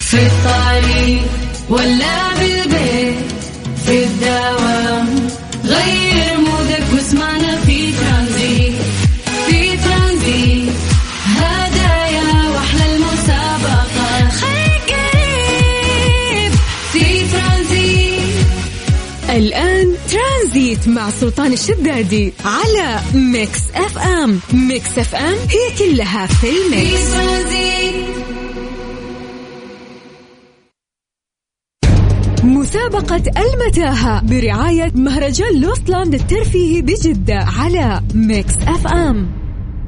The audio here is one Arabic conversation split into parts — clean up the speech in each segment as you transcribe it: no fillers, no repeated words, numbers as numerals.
في الطريق ولا بالبيت في الدوام غير مودك واسمعنا في ترانزيت. في ترانزيت هدايا واحلى المسابقة خليك قريب في ترانزيت. الآن ترانزيت مع سلطان الشدادي على ميكس اف ام. ميكس اف ام هي كلها في الميكس. مسابقة المتاهة برعاية مهرجان لوستلاند الترفيهي بجدة على ميكس اف ام.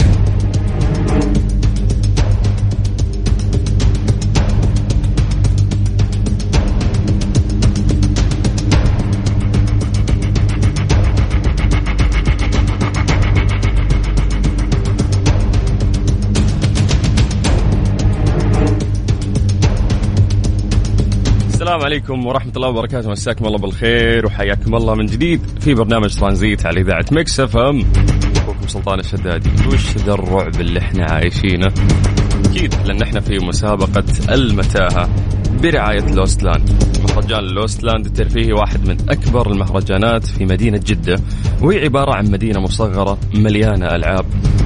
السلام عليكم ورحمة الله وبركاته. مساكم الله بالخير وحياكم الله من جديد في برنامج ترانزيت على إذاعة ميكس اف ام. أخوكم سلطان الشدادي. وش ذا الرعب اللي احنا عايشينه؟ أكيد لأن احنا في مسابقة المتاهة برعاية لوستلاند. مهرجان لوستلاند الترفيهي واحد من أكبر المهرجانات في مدينة جدة، وهي عبارة عن مدينة مصغرة مليانة ألعاب.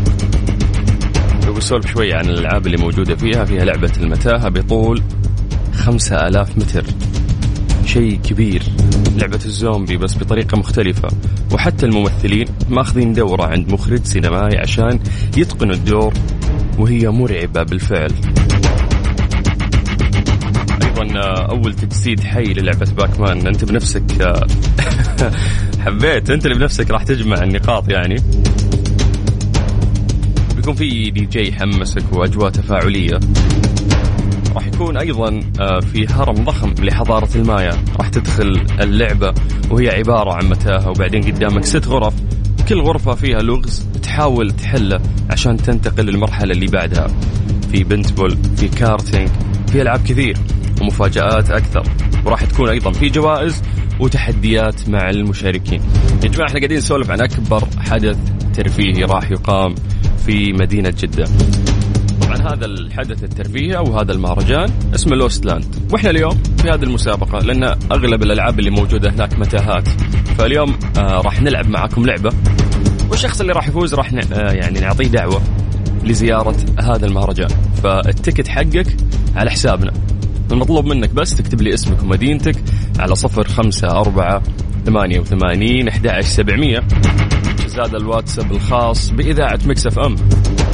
بسولف شوي عن الألعاب اللي موجودة فيها لعبة المتاهة بطول 5000 متر، شيء كبير. لعبة الزومبي بس بطريقة مختلفة، وحتى الممثلين ماخذين دورة عند مخرج سينمائي عشان يتقنوا الدور، وهي مرعبة بالفعل. أيضا أول تجسيد حي للعبة باكمان. أنت بنفسك حبيت أنت اللي بنفسك راح تجمع النقاط يعني. بيكون في دي جي يحمسك وأجواء تفاعلية. راح يكون أيضا في هرم ضخم لحضارة المايا. راح تدخل اللعبة وهي عبارة عن متاهة، وبعدين قدامك 6 غرف، كل غرفة فيها لغز تحاول تحله عشان تنتقل للمرحلة اللي بعدها. في بنتبول، في كارتينج، في ألعاب كثير ومفاجآت أكثر، وراح تكون أيضا في جوائز وتحديات مع المشاركين. يا جماعة احنا قاعدين نسولف عن أكبر حدث ترفيهي راح يقام في مدينة جدة. طبعا هذا الحدث الترفيهي أو هذا المهرجان اسمه لوستلاند، وإحنا اليوم في هذه المسابقة لأن أغلب الألعاب اللي موجودة هناك متاهات. فاليوم راح نلعب معكم لعبة، والشخص اللي راح يفوز راح يعني نعطيه دعوة لزيارة هذا المهرجان. فالتيكت حقك على حسابنا. المطلوب منك بس تكتب لي اسمك ومدينتك على 0548811700. هذا الواتساب الخاص بإذاعة ميكس اف ام.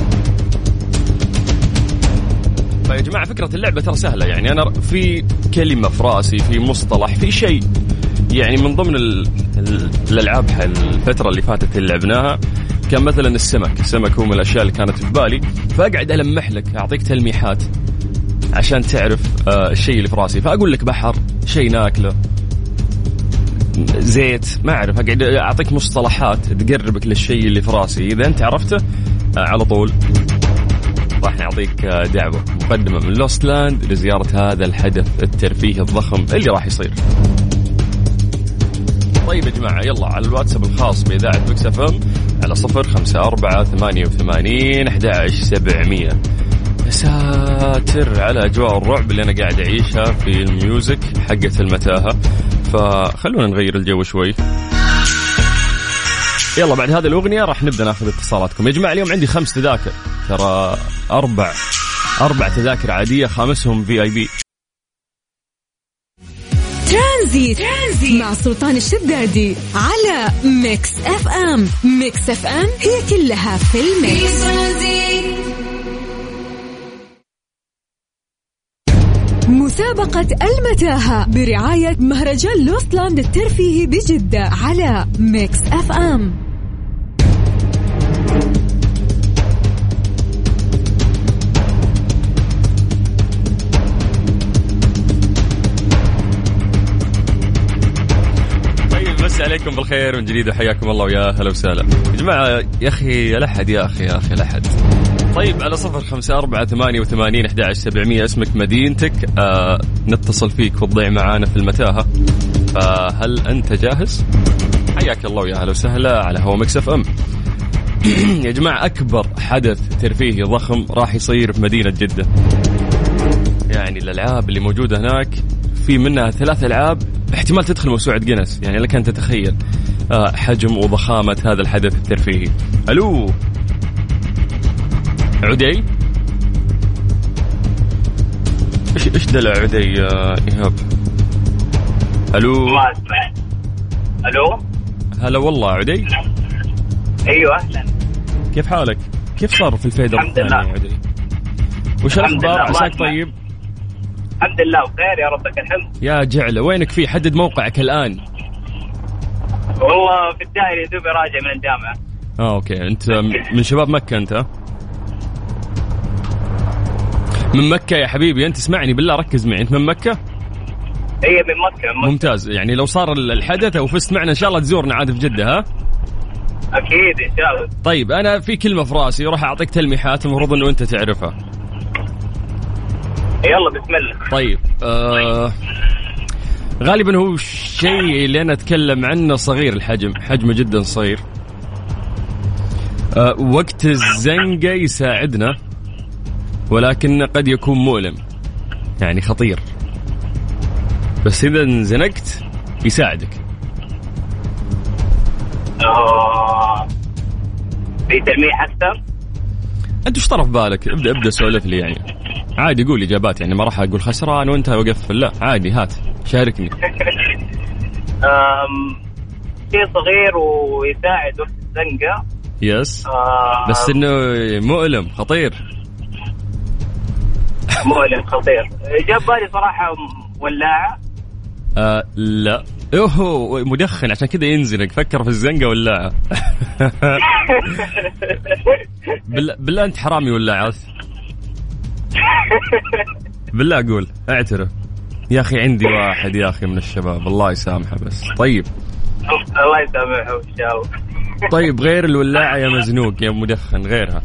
يا جماعة فكرة اللعبة ترى سهلة، يعني أنا في كلمة في رأسي، في مصطلح، في شيء يعني من ضمن الألعاب الفترة اللي فاتت اللي لعبناها كان مثلا السمك هو من الأشياء اللي كانت في بالي، فأقعد ألمح لك، أعطيك تلميحات عشان تعرف الشيء اللي في رأسي. فأقول لك بحر، شيء ناكله، زيت، ما أعرف، أقعد أعطيك مصطلحات تقربك للشيء اللي في رأسي. إذا أنت عرفته على طول راح نعطيك دعوة مقدمة من لوستلاند لزيارة هذا الحدث الترفيهي الضخم اللي راح يصير. طيب يا جماعة يلا على الواتساب الخاص بإذاعة ميكس اف ام على 0548811700. ساتر على أجواء الرعب اللي أنا قاعد أعيشها في الميوزك حقة المتاهة، فخلونا نغير الجو شوي. يلا بعد هذه الأغنية راح نبدأ ناخذ اتصالاتكم. يا جماعة اليوم عندي 5 تذاكر، ترى 4 تذاكر عادية، 5 VIP. ترانزيت مع سلطان الشدادي على ميكس اف ام. ميكس اف ام هي كلها في الميكس. مسابقة المتاهة برعاية مهرجان لوستلاند الترفيهي بجدة على ميكس اف ام. طيب بس عليكم بالخير من جديد وحياكم الله ويا هلا وسهلا يا جماعة. يا أخي لحد يا أخي لحد. طيب على 0548811700 اسمك مدينتك، نتصل فيك وتضيع معانا في المتاهة. فهل أنت جاهز؟ حياك الله ويا هلا وسهلا على هوا ميكس اف ام. يا جماعة أكبر حدث ترفيهي ضخم راح يصير في مدينة جدة. يعني الألعاب اللي موجودة هناك في منها 3 ألعاب احتمال تدخل موسوعة جينيس، يعني لك أن تتخيل حجم وضخامة هذا الحدث الترفيهي. ألو عدي، إيش دلع عدي يا إيهاب؟ ألو ما أسمع. ألو هلا والله عدي. أيوة أهلا، كيف حالك؟ كيف صار في الفيدر الثاني يا عدي؟ وش الأخبار؟ عساك طيب؟ الحمد لله بخير يا ربك الحمد. يا جعلة وينك فيه؟ حدد موقعك الآن. والله في الدائري دوبي راجع من الجامعة. أوكي، أنت من شباب مكة أنت؟ من مكة يا حبيبي، أنت اسمعني بالله ركز معي، أنت من مكة؟ هي من مكة. ممتاز، يعني لو صار الحدث أو فزت معنا إن شاء الله تزورنا عاد في جدة ها؟ أكيد إن شاء الله. طيب أنا في كلمة في راسي وراح أعطيك تلميحات المفروض إنه أنت تعرفها. يلا بسم الله. طيب غالبا هو الشيء اللي أنا أتكلم عنه صغير الحجم، حجمه جدا صغير. وقت الزنقة يساعدنا ولكن قد يكون مؤلم، يعني خطير، بس إذا انزنقت يساعدك. في تلميح أكثر؟ أنت وش طرف بالك؟ ابدأ سولف لي، يعني عادي قول إجابات، يعني ما راح أقول خسران وأنت وقف، لا عادي هات شاركني. شيء صغير ويساعد وقت الزنقة. يس بس إنه مؤلم خطير. مؤلم خطير. جاب بالي صراحة ولاعة. لا اوه مدخن عشان كذا ينزلك، فكر في الزنقة ولاعة. بالله انت حرامي ولاعة، بالله اقول اعترف يا اخي. عندي واحد يا اخي من الشباب الله يسامحه بس. طيب الله يسامحه ان شاء الله. طيب غير الولاعة يا مزنوق يا مدخن غيرها.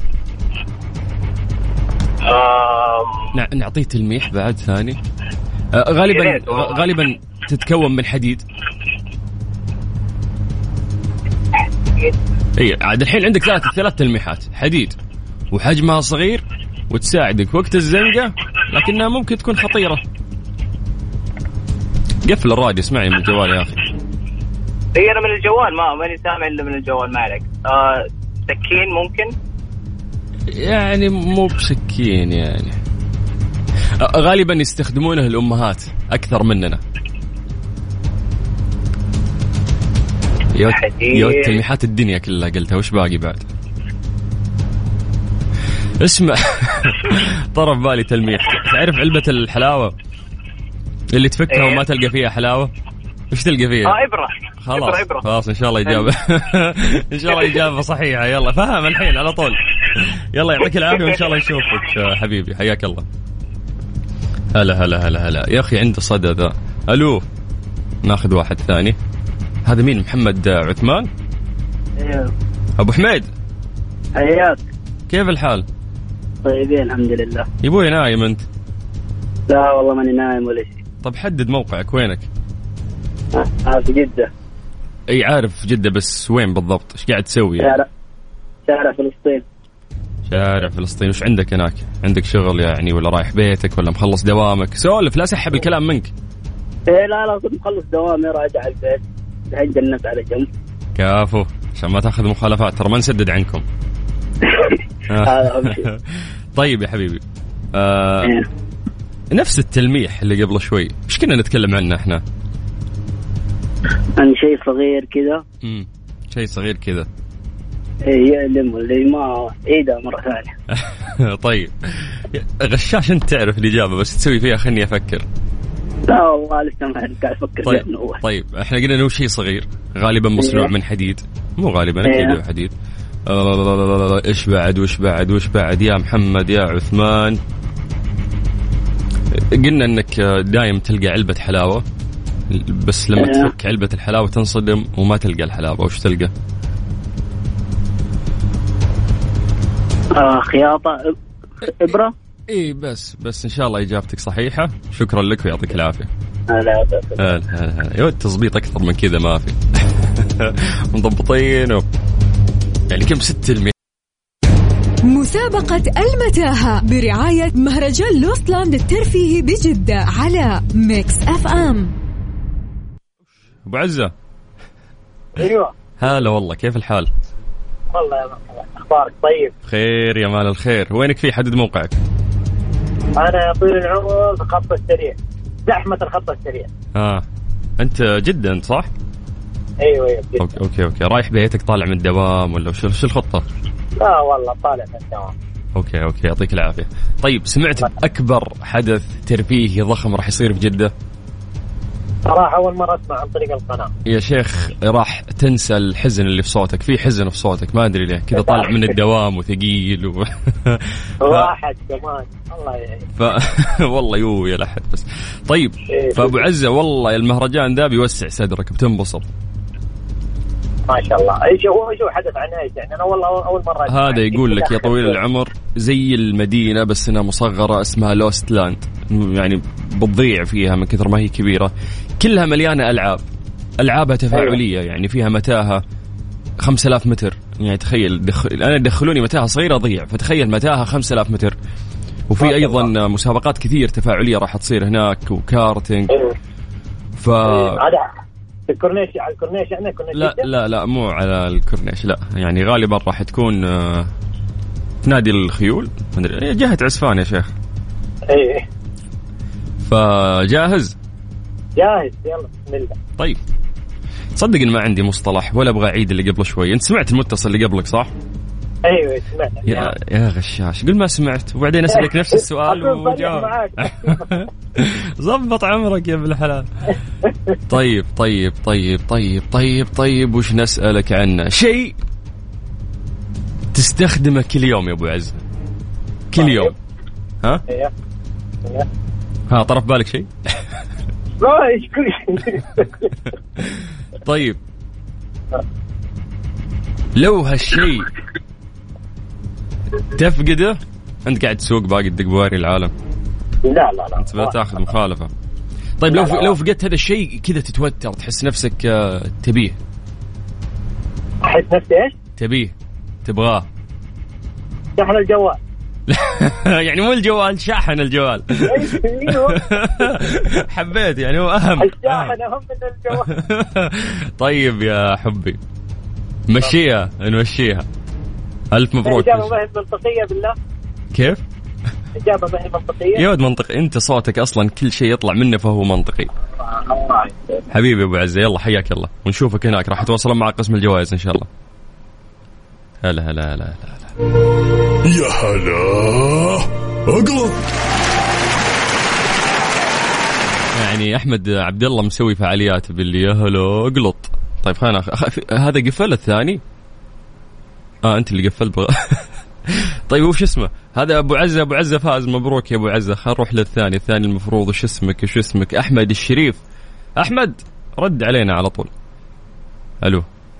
نعطيه تلميح بعد ثاني. غالبا تتكون من حديد. اي عاد الحين عندك 3 تلميحات، حديد وحجمها صغير وتساعدك وقت الزنقة لكنها ممكن تكون خطيرة. قفل الراديو اسمعني من الجوال يا اخي. هي انا من الجوال ماني سامع الا من الجوال، ما عليك. سكين ممكن، يعني مو بسكين، يعني غالبا يستخدمونه الأمهات أكثر مننا. يا تلميحات الدنيا كلها قلتها، وش باقي بعد؟ اسمع. طرف بالي تلميح. تعرف علبة الحلاوة اللي تفكها وما تلقى فيها حلاوة؟ وش تلقى فيها؟ إبرة. خلاص إن شاء الله إجابة. إن شاء الله إجابة صحيحة. يلا فهم الحين على طول. يلا يعطيك العافية وإن شاء الله نشوفك حبيبي، حياك الله. هلا يا أخي عنده صدى ذا. ألو ناخذ واحد ثاني. هذا مين؟ محمد عثمان؟ ايوه أبو حميد حياك. كيف الحال؟ طيبين الحمد لله. يبوي نايم أنت؟ لا والله ماني نايم ولا شيء. طب حدد موقعك وينك؟ في جدة. أي عارف جدة بس وين بالضبط؟ إيش قاعد تسوي؟ شارع فلسطين. شارع فلسطين. وش عندك هناك؟ عندك شغل يعني ولا رايح بيتك ولا مخلص دوامك؟ سولف لا سحب الكلام منك. لا كنت مخلص دوامي راجع البيت الحين جنبت على جنب. كافو عشان ما تاخذ مخالفات، ترى ما نسدد عنكم. طيب يا حبيبي نفس التلميح اللي قبل شوي، ايش كنا نتكلم عنه احنا؟ عن شيء صغير كذا. شيء صغير كذا يعلم اللي ما عيدها مرة ثانية. طيب غشاش انت تعرف الإجابة بس تسوي فيها خلني أفكر. لا والله لسه ما قاعد أفكر. طيب احنا قلنا انه شيء صغير غالبا مصنوع من حديد، مو غالبا اكيد حديد. وش بعد يا محمد يا عثمان؟ قلنا انك دايم تلقى علبة حلاوة بس لما تفك علبة الحلاوة تنصدم وما تلقى الحلاوة. وش تلقى؟ خياطة إبرة. ايه بس ان شاء الله اجابتك صحيحة. شكرا لك ويعطيك العافية. لا تظبيط اكثر من كذا ما في. مضبطين يعني كم 6 مسابقة المتاهة برعاية مهرجان لوسلاند الترفيهي بجدة على ميكس اف ام. أبو عزة. ايوه هلا والله، كيف الحال؟ والله يا مرحبا، اخبارك طيب؟ خير يا مال الخير. وينك فيه؟ حدد موقعك. انا طول العمر في الخط السريع، زحمة الخط السريع. انت جدا انت صح؟ ايوه جدا. اوكي رايح بيتك، طالع من الدوام ولا شو الخطة؟ لا والله طالع من الدوام. اوكي يعطيك العافية. طيب سمعت بأكبر حدث ترفيهي ضخم راح يصير في جدة؟ صراحة أول مرة أسمع عن طريق القناة. يا شيخ راح تنسى الحزن اللي في صوتك، في حزن في صوتك ما أدري ليه كذا، طالع من الدوام وثقيل واحد كمان الله يعين. والله يا لحد بس. طيب فأبو عزة والله المهرجان ذا بيوسع صدرك، بتنبسط ما شاء الله. ايش هو حدث عن ايش يعني؟ انا والله اول مرة هذا يقول لك يا طويل العمر زي المدينة بس انها مصغرة، اسمها لوست لاند، يعني بتضيع فيها من كثر ما هي كبيرة، كلها مليانة ألعابها تفاعلية. يعني فيها متاهة 5000 متر، يعني تخيل أنا يدخلوني متاهة صغيرة أضيع، فتخيل متاهة 5000 متر. وفي أيضا مسابقات كثير تفاعلية راح تصير هناك، وكارتينج. الكورنيش على الكورنيش يعني لا مو على الكورنيش، لا يعني غالبا راح تكون في نادي الخيول، جهة عسفان يا شيخ. ايه فجاهز يلا بسم الله. طيب تصدق ان ما عندي مصطلح ولا ابغى اعيد اللي قبل شوي. انت سمعت المتصل اللي قبلك صح؟ ايوه سمعت. يا غشاش، قل ما سمعت وبعدين اسالك نفس السؤال وجاوب. ضبط عمرك يا ابن الحلال. طيب وش نسألك عنه؟ شيء تستخدمه كل يوم يا ابو عز، كل يوم. ها طرف بالك شيء؟ طيب لو هالشيء تفقده انت قاعد تسوق باقي الدقبواري العالم. لا انت بتاخذ مخالفة. طيب لو فقدت هذا الشيء كذا تتوتر، تحس نفسك تبيه. احس نفسي ايش؟ تبغاه شحن الجوال. يعني مو الجوال، شاحن الجوال. حبيت يعني هو أهم. الشاحن أهم من الجوال. طيب يا حبي نمشيها. ألف مبروك. إجابة ما هي منطقية بالله. كيف؟ إجابة ما هي منطقية. يا ود منطقي، أنت صوتك أصلا كل شيء يطلع منه فهو منطقي. حبيبي أبو عزة، يلا حياك الله ونشوفك هناك، راح أتواصل مع قسم الجوائز إن شاء الله. هلا يا هلا أقلط. يعني أحمد عبد الله مسوي فعاليات باللي يا هلا أقلط. طيب خلينا هذا قفل الثاني. أنت اللي قفل طيب وش اسمه هذا؟ أبو عزة فاز، مبروك يا أبو عزة. خل نروح للثاني. الثاني المفروض وش اسمك؟ أحمد الشريف. أحمد رد علينا على طول. ألو.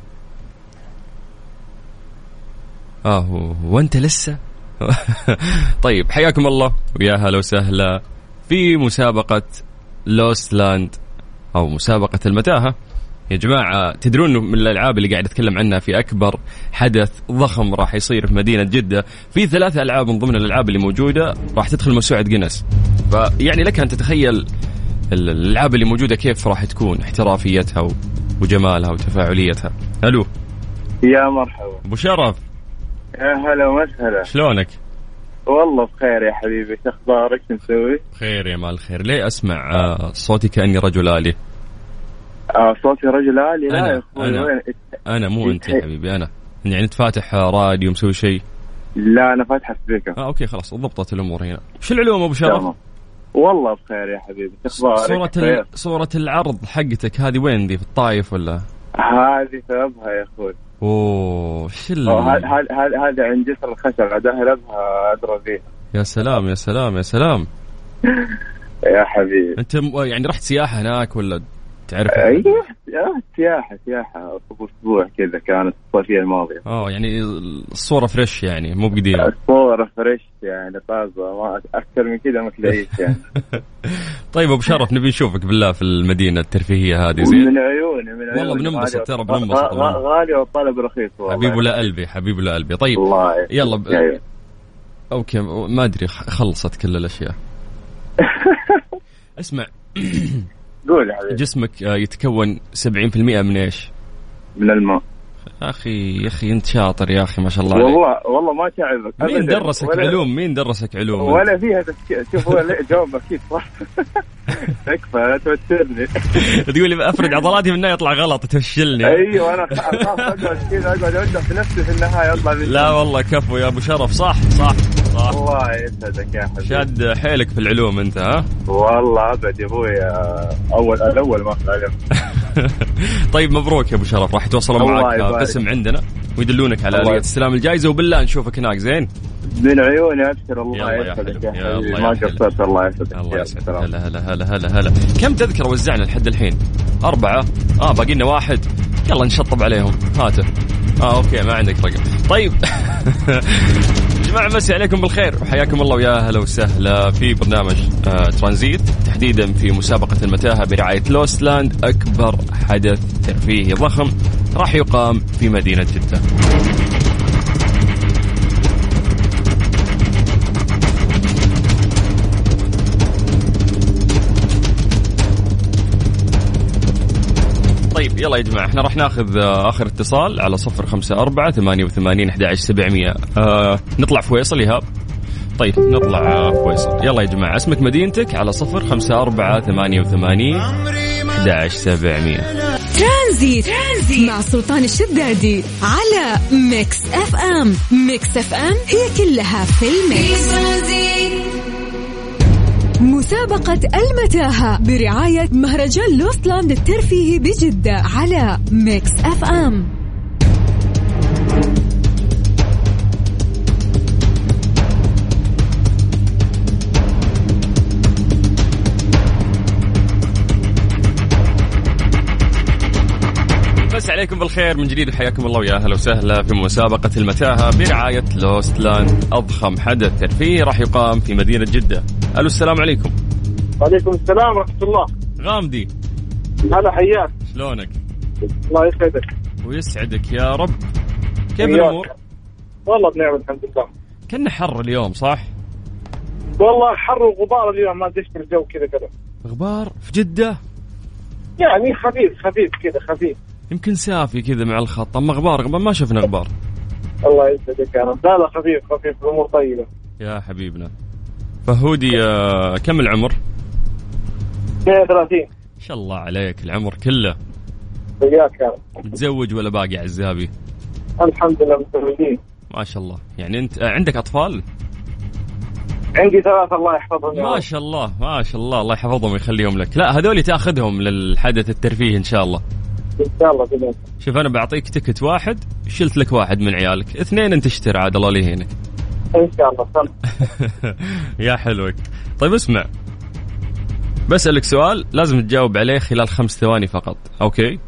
وانت لسه؟ طيب حياكم الله ويا هلا وسهلا في مسابقة لوست لاند أو مسابقة المتاهة. يا جماعة تدرون من الألعاب اللي قاعد أتكلم عنها في أكبر حدث ضخم راح يصير في مدينة جدة، في 3 ألعاب من ضمن الألعاب اللي موجودة راح تدخل موسوعة جينيس. فيعني لك أن تتخيل الألعاب اللي موجودة كيف راح تكون احترافيتها وجمالها وتفاعليتها. ألو يا مرحبا أبو شرف. يا هلا وسهلا، شلونك؟ والله بخير يا حبيبي، ايش اخبارك؟ مسوي خير يا مال الخير. ليه اسمع صوتي كأني رجل آلي؟ صوتي رجل آلي؟ لا يا اخوي انا مو انت يا حبيبي. انا يعني انت فاتح راديو مسوي شيء؟ لا انا فاتح سبيكر. اوكي خلاص ضبطت الامور هنا. شو العلوم ابو شرف؟ والله بخير يا حبيبي، ايش اخبارك؟ صورة العرض حقتك هذه وين دي؟ في الطايف ولا؟ هذه في ابها يا اخوي. هذا عند جسر الخشب، عداها ابها ادرى فيها. يا سلام يا حبيبي. انت يعني رحت سياحة هناك ولا تعرف؟ ايوه سياحة اسبوع كذا كانت الصيفية الماضية. يعني الصورة فريش يعني مو بقديمة. الصورة فريش يعني طازة، ما اكثر من كذا ما تلاقيش يعني. طيب ابو شرف نبي نشوفك بالله في المدينة الترفيهية هذه. زين من عيوني والله بننبسط، ترى بننبسط. غالي والطلب رخيص والله. حبيب ولا قلبي. طيب يلا اوكي ما ادري خلصت كل الاشياء. اسمع قول يا حبيبي. جسمك يتكون 70% من ايش؟ من الماء. يا اخي انت شاطر يا اخي ما شاء الله عليك. والله ما تعبك. مين درسك علوم؟ مين درسك علوم؟ ولا فيها تفكير. شوف هو جواب اكيد صح. تكفى لا توترني. تقول لي افرد عضلاتي من النهايه يطلع غلط تفشلني. ايوه انا اخاف اقعد كذا اقعد اودع في نفسي في النهايه اطلع. لا والله كفو يا ابو شرف. صح الله يسعدك يا حبيبي. شاد حيلك في العلوم انت ها. والله ابد يا ابوي الاول ما في العلم. طيب مبروك يا ابو شرف. راح يتواصلوا معك قسم عندنا ويدلونك على آلية استلام الجائزة وبالله نشوفك هناك. زين من عيوني أبشر. الله يسعدك يا حبيبي. ما قصرت. الله يسعدك. الله يسعدك. هلا كم تذكرة وزعنا لحد الحين؟ 4. باقي لنا 1. يلا نشطب عليهم. هاته. اوكي ما عندك رقم. طيب جماعة مسي عليكم بالخير وحياكم الله ويا هلا وسهلا في برنامج ترانزيت، تحديدا في مسابقة المتاهة برعاية لوستلاند، أكبر حدث ترفيهي ضخم راح يقام في مدينة جدة. طيب يلا يا جماعة احنا راح ناخذ آخر اتصال على 054-88-11-700. نطلع فويصل يهاب. طيب نطلع فويصل. يلا يا جماعة اسمك مدينتك على 054-88-11-700. ترانزيت مع سلطان الشدادي على ميكس اف ام. ميكس اف ام هي كلها في الميكس. مسابقة المتاهة برعاية مهرجان لوستلاند الترفيهي بجدة على ميكس اف ام. بس عليكم بالخير من جديد وحياكم الله ويا أهلا وسهلا في مسابقة المتاهة برعاية لوستلاند، أضخم حدث ترفيهي راح يقام في مدينة جدة. ألو السلام عليكم. وعليكم السلام ورحمة الله. غامدي هلا حياك. شلونك؟ الله يسعدك. ويسعدك يا رب. كيف الأمور؟ والله بنعم الحمد لله. كنا حر اليوم صح؟ والله حر وغبار اليوم، ما دشت الجو كذا. غبار في جدة؟ يعني خفيف كذا خفيف. يمكن سافي كذا مع الخط، أما غبار ما شفنا غبار. الله يسعدك يا رب. لا خفيف الأمور طيبة يا حبيبنا. فهودي كم العمر؟ 32. إن شاء الله عليك العمر كله. وياك يا رب. متزوج ولا باقي عزابي؟ الحمد لله متزوجين. ما شاء الله. يعني أنت عندك أطفال؟ عندي 3 الله يحفظهم. ما شاء الله الله يحفظهم ويخليهم لك. لا هذول تأخذهم للحدث الترفيهي إن شاء الله. إن شاء الله بإذن. شوف أنا بعطيك تكت 1 شلت لك 1 من عيالك، 2 أنت اشتري عاد الله يهينك. إن شاء الله. يا حلوك. طيب اسمع، بسألك سؤال لازم تجاوب عليه خلال 5 ثواني فقط. أوكي؟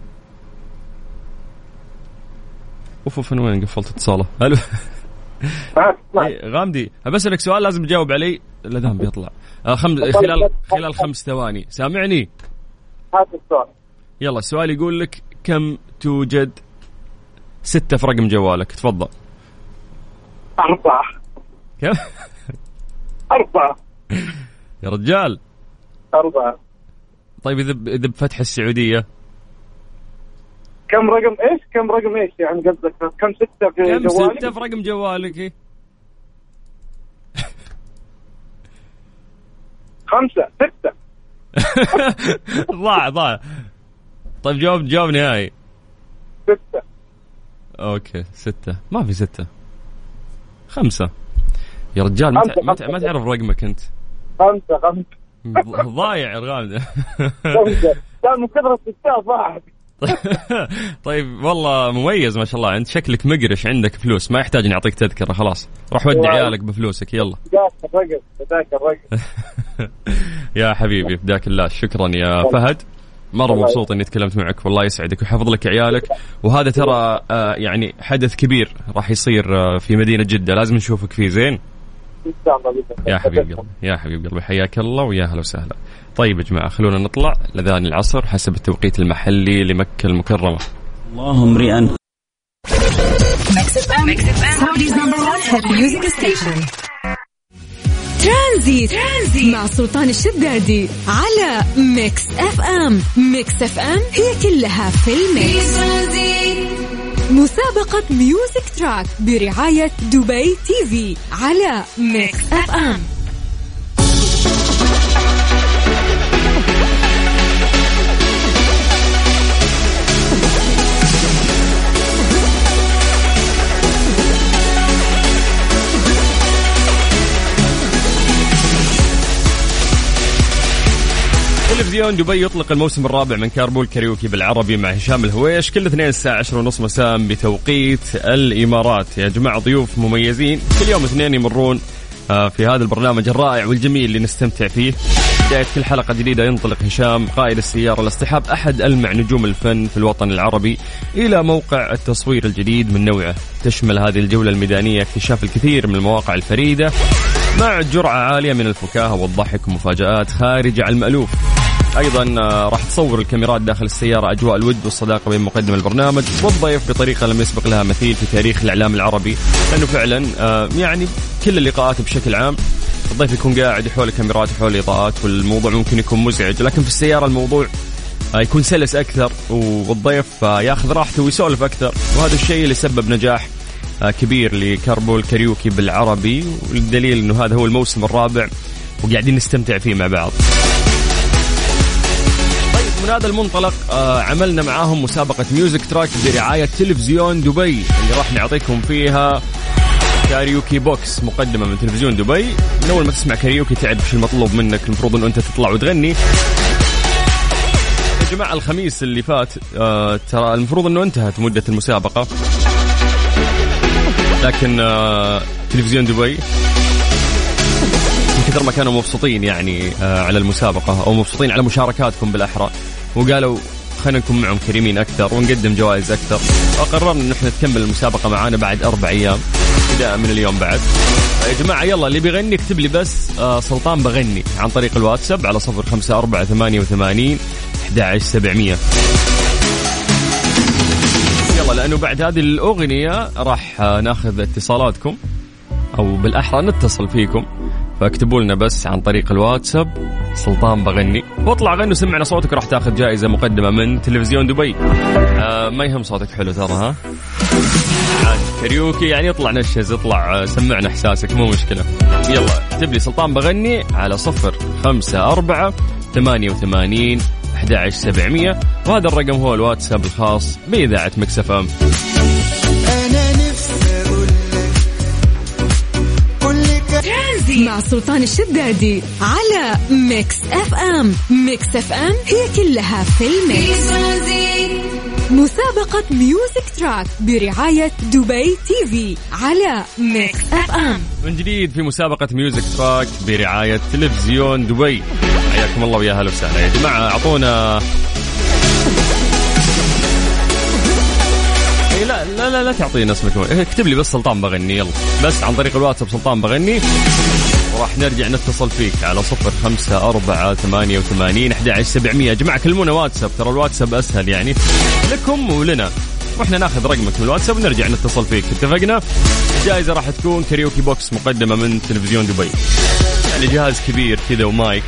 من وين قفلت اتصاله؟ ألو. غامدي بسألك سؤال لازم تجاوب عليه. الأذان بيطلع. خلال 5 ثواني. سامعني؟ هات السؤال. يلا السؤال يقول لك كم توجد 6 في رقم جوالك؟ تفضل. 4. كم؟ 4 يا رجال. 4. طيب إذا بفتح السعودية كم رقم إيش يعني قصدك؟ كم 6 في جوالك؟ كم 6 في رقم جوالك؟ 5 6. ضاع. طيب جواب نهائي. 6. اوكي 6. ما في 6. 5 يا رجال. ما تعرف رقمك انت. 5 ضايع الغامدة. 5 كان من كثرة 6 ضاع. طيب والله مميز ما شاء الله. انت شكلك مقرش، عندك فلوس، ما يحتاج نعطيك تذكرة. خلاص روح ودي عيالك بفلوسك. يلا فداك الرقم. يا حبيبي فداك الله. شكرا يا فهد، مرة مبسوط اني تكلمت معك. والله يسعدك ويحفظ لك عيالك. وهذا ترى يعني حدث كبير راح يصير في مدينة جدة، لازم نشوفك فيه. زين يا حبيب قلبي حياك الله ويا هلا وسهلا. طيب يا جماعة خلونا نطلع لذان العصر حسب التوقيت المحلي لمكة المكرمة. اللهم امرئا. Mix FM, Saudi's #1 hit music station. ترانزيت مع سلطان الشدادي على ميكس اف ام. ميكس اف ام هي كلها في الميكس. مسابقة ميوزك تراك برعاية دبي تي في على ميكس اف ام. تلفزيون دبي يطلق الموسم الرابع من كاربول كاريوكي بالعربي مع هشام الهويش كل اثنين الساعة 10:30 مساء بتوقيت الإمارات. يا جماعة ضيوف مميزين كل يوم اثنين يمرون في هذا البرنامج الرائع والجميل اللي نستمتع فيه. بداية كل حلقة جديدة ينطلق هشام قائد السيارة لاصطحاب أحد ألمع نجوم الفن في الوطن العربي إلى موقع التصوير الجديد من نوعه. تشمل هذه الجولة الميدانية اكتشاف الكثير من المواقع الفريدة مع جرعة عالية من الفكاهة والضحك ومفاجآت خارجة عن المألوف. أيضا راح تصور الكاميرات داخل السيارة أجواء الود والصداقة بين مقدم البرنامج والضيف بطريقة لم يسبق لها مثيل في تاريخ الإعلام العربي، لأنه فعلا يعني كل اللقاءات بشكل عام الضيف يكون قاعد حول الكاميرات وحول الإضاءات والموضوع ممكن يكون مزعج، لكن في السيارة الموضوع يكون سلس أكثر والضيف ياخذ راحته ويسولف أكثر، وهذا الشيء اللي سبب نجاح كبير لكاربول كاريوكي بالعربي، والدليل أنه هذا هو الموسم الرابع وقاعدين نستمتع فيه مع بعض. من هذا المنطلق عملنا معاهم مسابقة ميوزك تراك برعاية تلفزيون دبي اللي راح نعطيكم فيها كاريوكي بوكس مقدمة من تلفزيون دبي. من أول ما تسمع كاريوكي تعرف شو المطلوب منك، المفروض أنه أنت تطلع وتغني. يا جماعة الخميس اللي فات ترى المفروض أنه انتهت مدة المسابقة، لكن تلفزيون دبي من كثر ما كانوا مبسوطين يعني على المسابقة أو مبسوطين على مشاركاتكم بالأحرى، وقالوا خلينا نكون معهم كريمين أكثر ونقدم جوائز أكثر، وقررنا إن احنا نكمل المسابقة معانا بعد 4 أيام بداية من اليوم بعد. يا جماعة يلا اللي بيغني اكتب لي بس سلطان بغني عن طريق الواتساب على 0548811700. يلا لأنه بعد هذه الأغنية راح ناخذ اتصالاتكم أو بالأحرى نتصل فيكم، فاكتبوا لنا بس عن طريق الواتساب سلطان بغني واطلع غنوا سمعنا صوتك راح تاخذ جائزة مقدمة من تلفزيون دبي. ما يهم صوتك حلو ترى، ها عاد كاريوكي يعني اطلع نشز اطلع سمعنا احساسك مو مشكلة. يلا اكتب لي سلطان بغني على 0548811700 وهذا الرقم هو الواتساب الخاص بإذاعة ميكس اف ام. مع سلطان الشدادي على ميكس اف ام. ميكس اف ام هي كلها في الميكس. مسابقة ميوزك تراك برعاية دبي تي في على ميكس اف ام. من جديد في مسابقة ميوزك تراك برعاية تلفزيون دبي. حياكم الله ويا هلا وسهلا يا جماعة. أعطونا لا تعطينا اسمك، اكتب لي بس سلطان بغني يلا بس عن طريق الواتساب سلطان بغني وراح نرجع نتصل فيك على 0548811700. يا جماعة كلمونا واتساب ترى الواتساب أسهل يعني لكم ولنا، واحنا ناخذ رقمك من الواتساب ونرجع نتصل فيك. اتفقنا؟ الجائزة راح تكون كاريوكي بوكس مقدمة من تلفزيون دبي، يعني جهاز كبير كذا ومايك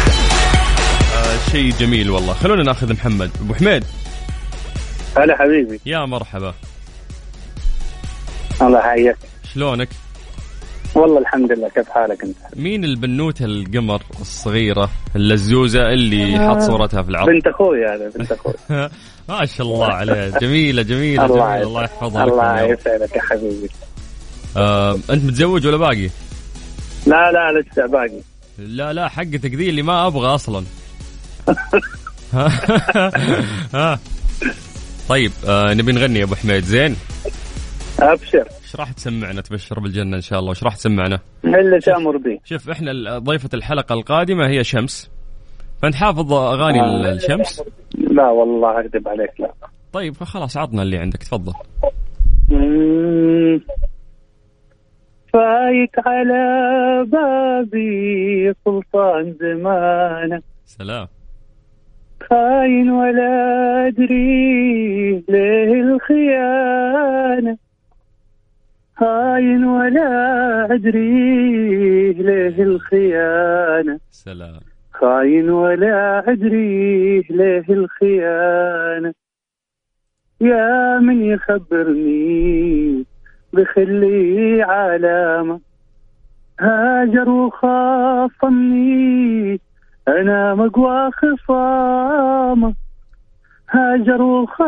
شيء جميل والله. خلونا ناخذ محمد. أبو حميد هلا حبيبي. يا مرحبا. الله حياك. شلونك؟ والله الحمد لله. كيف حالك انت؟ مين البنوتة القمر الصغيرة اللزوزة اللي حط صورتها في العرض؟ بنت اخوي هذا بنت اخوي. ما شاء الله عليها جميلة جميلة الله, الله يحفظها. الله يسعدك يا حبيبي. أنت متزوج ولا باقي؟ لا لسه باقي. لا حقتك ذي اللي ما أبغى أصلا. طيب نبي نغني يا أبو حميد. زين أبشر. ايش راح تسمعنا؟ تبشر بالجنة إن شاء الله. ايش راح تسمعنا؟ اللي تأمر به. شوف احنا ضيفة الحلقة القادمة هي شمس، فأنت حافظ أغاني الشمس؟ لا والله أكذب عليك لا. طيب خلاص عطنا اللي عندك تفضل. فايت على بابي سلطان زمانه. سلام. خاين ولا أدري ليه الخيانة، خاين ولا أدري ليه الخيانة. سلام. خاين ولا أدري ليه الخيانة، يا من يخبرني بخلي علامة، هاجر وخاصمني أنا مقوى خصامة، هاجر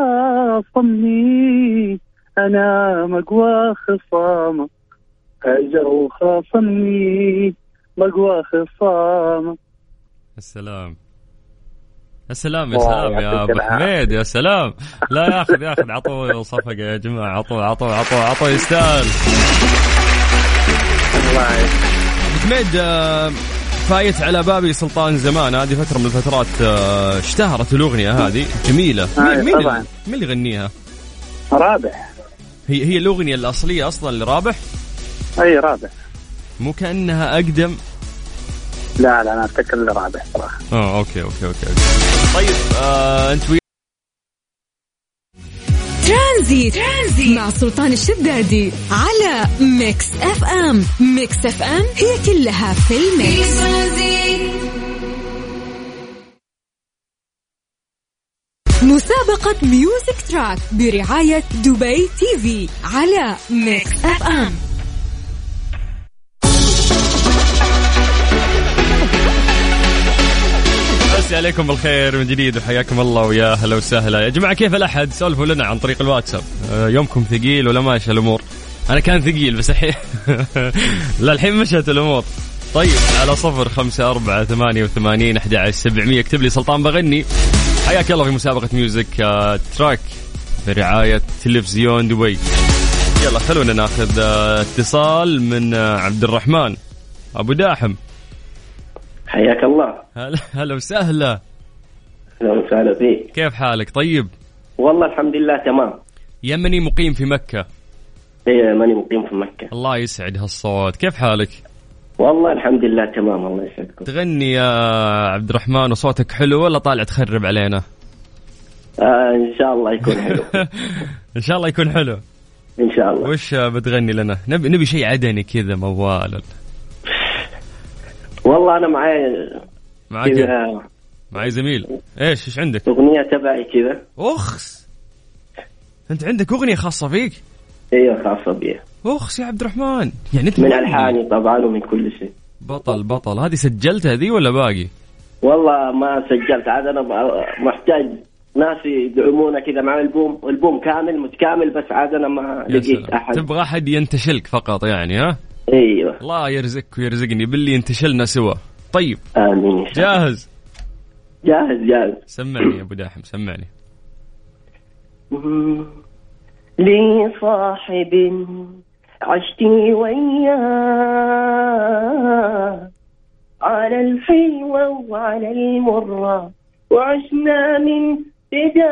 وخاصمني أنا مقوى خصامة، هاجر وخاصمني مقوى خصامة. السلام السلام يا سلام يا أبو حميد، يا سلام. لا ياخذ عطوا صفقة يا جماعة، عطوا يستاهل. حميد فايت على بابي سلطان زمان، هذه فترة من الفترات اشتهرت الأغنية هذه جميلة. مين اللي يغنيها؟ رابح. هي الأغنية الأصلية أصلا لرابح؟ أي رابح، مو كأنها أقدم؟ لا أنا أفتكر رابح صراحة. أوكي. طيب أنت ترانزيت مع سلطان الشدادي على ميكس اف ام. ميكس اف ام هي كلها في الميكس. مسابقة ميوزك تراك برعاية دبي تي في على ميكس اف ام. عليكم بالخير من جديد وحياكم الله ويا هلا وسهلا يا جماعة. كيف الأحد؟ سولفوا لنا عن طريق الواتساب. يومكم ثقيل ولا ماشي الأمور؟ أنا كان ثقيل بس الحين لا الحين مشت الأمور. طيب على 0548811700 اكتب لي سلطان بغني. حياك الله في مسابقة ميوزك تراك برعاية تلفزيون دبي. يلا خلونا ناخذ اتصال من عبد الرحمن أبو داحم. حياك الله. هلا وسهلا. اهلا وسهلا فيك. كيف حالك؟ طيب والله الحمد لله تمام. يمني مقيم في مكة. ايه ماني مقيم في مكة. الله يسعد هالصوت. كيف حالك؟ والله الحمد لله تمام الله يسعدكم. تغني يا عبد الرحمن وصوتك حلو ولا طالع تخرب علينا؟ ان شاء الله يكون حلو. ان شاء الله يكون حلو ان شاء الله. وش بتغني لنا؟ نبي شيء عدني كذا موال. والله انا معي زميل. ايش عندك؟ اغنيه تبعي كذا. اخس انت عندك اغنيه خاصه فيك؟ ايوه خاصه بي. اخس يا عبد الرحمن، يعني انت من الحاني طبعا ومن كل شيء. بطل. هذه سجلتها ذي ولا باقي؟ والله ما سجلت، عاد انا محتاج ناس يدعمونا كذا مع البوم كامل متكامل، بس عاد انا ما لقيت احد. تبغى احد ينتشلك فقط يعني؟ ها ايوه. الله يرزقك ويرزقني باللي ينتشلنا سوا. طيب امين. جاهز؟ جاهز. سمعني يا ابو داحم سمعني. لي صاحب عشتي وياه على الحلوة وعلى المرة، وعشنا من بدا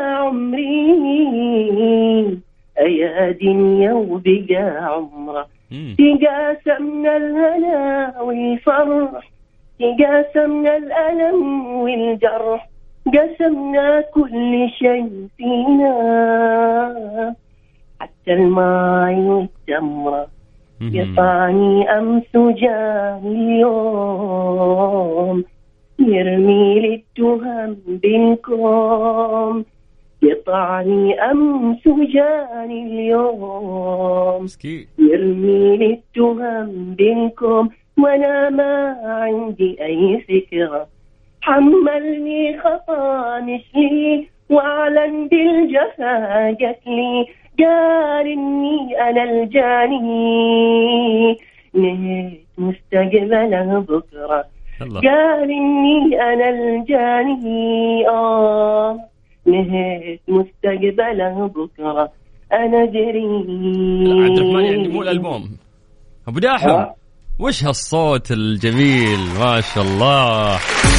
عمري أيا دنيا وبقى عمره، تقاسمنا الهنا والفرح، تقاسمنا الألم والجرح، قسمنا كل شيء فينا حتى الماء والتمرة، يطعني أمس جاني اليوم يرمي للتهم بينكم، يطعني أمس جاني اليوم يرمي للتهم بينكم، وأنا ما عندي أي فكرة، حملني خطا مشلي وأعلن بالجفا قتلي، قال إني أنا الجاني نهيت مستقبله بكرة، قال إني أنا الجاني نهيت مستقبله بكرة، أنا دري. عبد الرحمن يعني مو الألبوم أبو داحم. وش هالصوت الجميل ما شاء الله.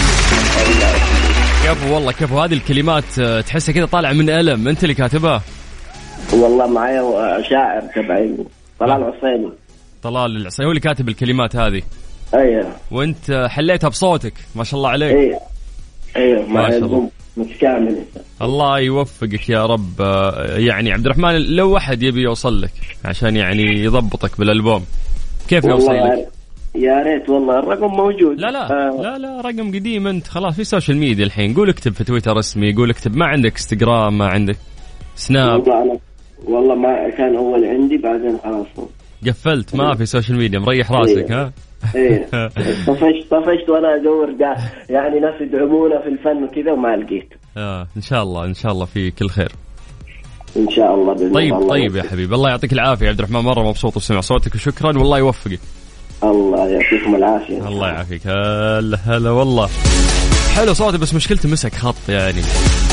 كيف والله كيف هذه الكلمات تحسها كذا طالعة من ألم. أنت اللي كاتبها؟ والله معايا شاعر تبعي طلال العصيمي. طلال العصيمي هو اللي كاتب الكلمات هذه. ايوه. وانت حليتها بصوتك ما شاء الله عليك. ايوه ما شاء الله. متكامل. الله يوفقك يا رب. يعني عبد الرحمن لو واحد يبي يوصل لك عشان يعني يضبطك بالألبوم كيف يوصل لك؟ يا ريت والله الرقم موجود. لا رقم قديم انت خلاص في سوشيال ميديا الحين. قول اكتب في تويتر اسمي، قول اكتب ما عندك انستغرام ما عندك سناب؟ والله ما كان اول عندي بعدين خلاص قفلت ما في سوشيال ميديا مريح راسك. ها ايه طفشت وانا ادور يعني ناس يدعمونا في الفن وكذا وما لقيت. ان شاء الله في كل خير ان شاء الله. طيب يا حبيبي الله يعطيك العافيه يا عبد الرحمن، مره مبسوط وسمع صوتك وشكرا والله يوفقك. الله يعطيكم العافيه. الله يعافيك. هلا والله حلو صوتي بس مشكلته مسك خط يعني.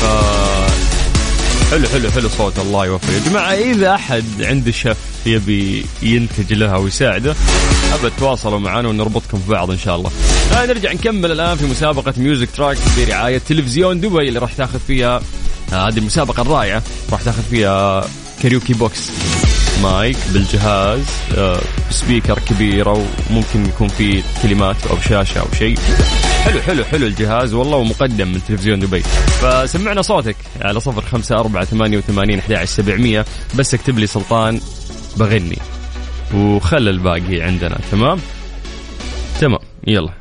حلو صوت الله يوفقه يا جماعة. إذا أحد عنده شيف يبي ينتج لها ويساعده أبد تواصلوا معنا ونربطكم في بعض إن شاء الله. نرجع نكمل الآن في مسابقة ميوزك تراك برعاية تلفزيون دبي اللي راح تاخذ فيها هذه المسابقة الرائعة. راح تاخذ فيها كاريوكي بوكس، مايك بالجهاز، سبيكر كبيرة وممكن يكون فيه كلمات أو شاشة أو شيء. حلو الجهاز والله ومقدم من تلفزيون دبي. فسمعنا صوتك على 0548811700 بس اكتب لي سلطان بغني وخل الباقي عندنا. تمام يلا.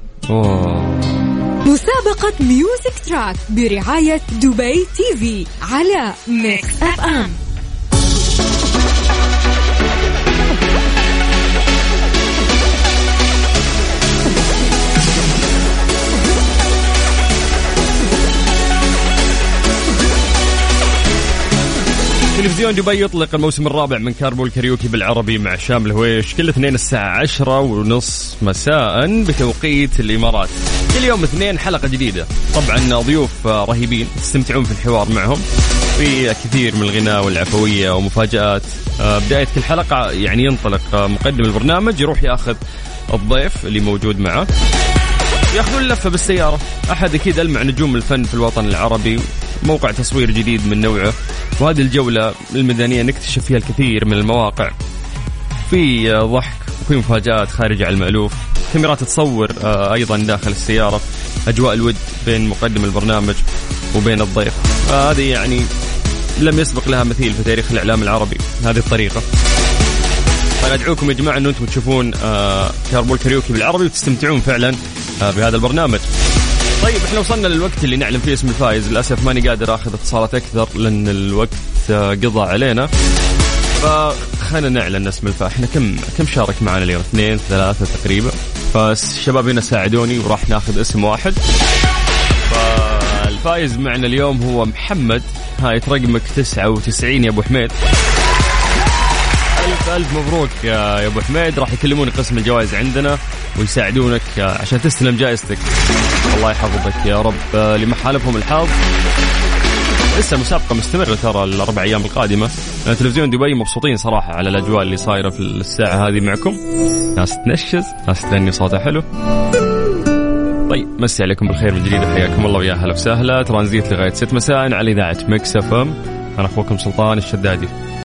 مسابقة ميوزك تراك برعاية دبي تي في على ميكس اف ام. تلفزيون دبي يطلق الموسم الرابع من كاربول كاريوكي بالعربي مع شام الهويش كل اثنين الساعة 10:30 مساء بتوقيت الإمارات. كل يوم اثنين حلقة جديدة، طبعا ضيوف رهيبين تستمتعون في الحوار معهم في كثير من الغناء والعفوية ومفاجآت. بداية كل حلقة يعني ينطلق مقدم البرنامج يروح ياخذ الضيف اللي موجود معه ياخذون لفة بالسيارة. أحد أكيد ألمع نجوم الفن في الوطن العربي، موقع تصوير جديد من نوعه، وهذه الجولة الميدانية نكتشف فيها الكثير من المواقع في ضحك وفي مفاجآت خارجة عن المألوف. كاميرات تصور أيضا داخل السيارة أجواء الود بين مقدم البرنامج وبين الضيف. هذه يعني لم يسبق لها مثيل في تاريخ الإعلام العربي هذه الطريقة. فندعوكم يا جماعة أن أنتم تشوفون كاربول كاريوكي بالعربي وتستمتعون فعلا بهذا البرنامج. طيب احنا وصلنا للوقت اللي نعلم فيه اسم الفائز. للأسف ماني قادر أخذ اتصالات أكثر لأن الوقت قضى علينا، فخلنا نعلن اسم الفائز. احنا كم شارك معنا اليوم؟ 2 3 تقريبا. فالشباب هنا ساعدوني وراح ناخذ اسم واحد. فالفائز معنا اليوم هو محمد. هاي رقمك 99 يا أبو حميد. ألف مبروك يا أبو حميد. راح يكلمون قسم الجوائز عندنا ويساعدونك عشان تستلم جائزتك. الله يحفظك يا رب لما حالفهم الحظ. لسه مسابقة مستمرة ترى الأربع أيام القادمة. تلفزيون دبي مبسوطين صراحة على الأجواء اللي صايرة في الساعة هذه معكم. ناس تنشز، ناس تغني صوتها حلو. طيب مسي عليكم بالخير من جديد وحياكم الله ويا هلا وسهلا. ترانزيت لغاية 6 مساء على إذاعة ميكس اف ام. أنا أخوكم سلطان الشدادي.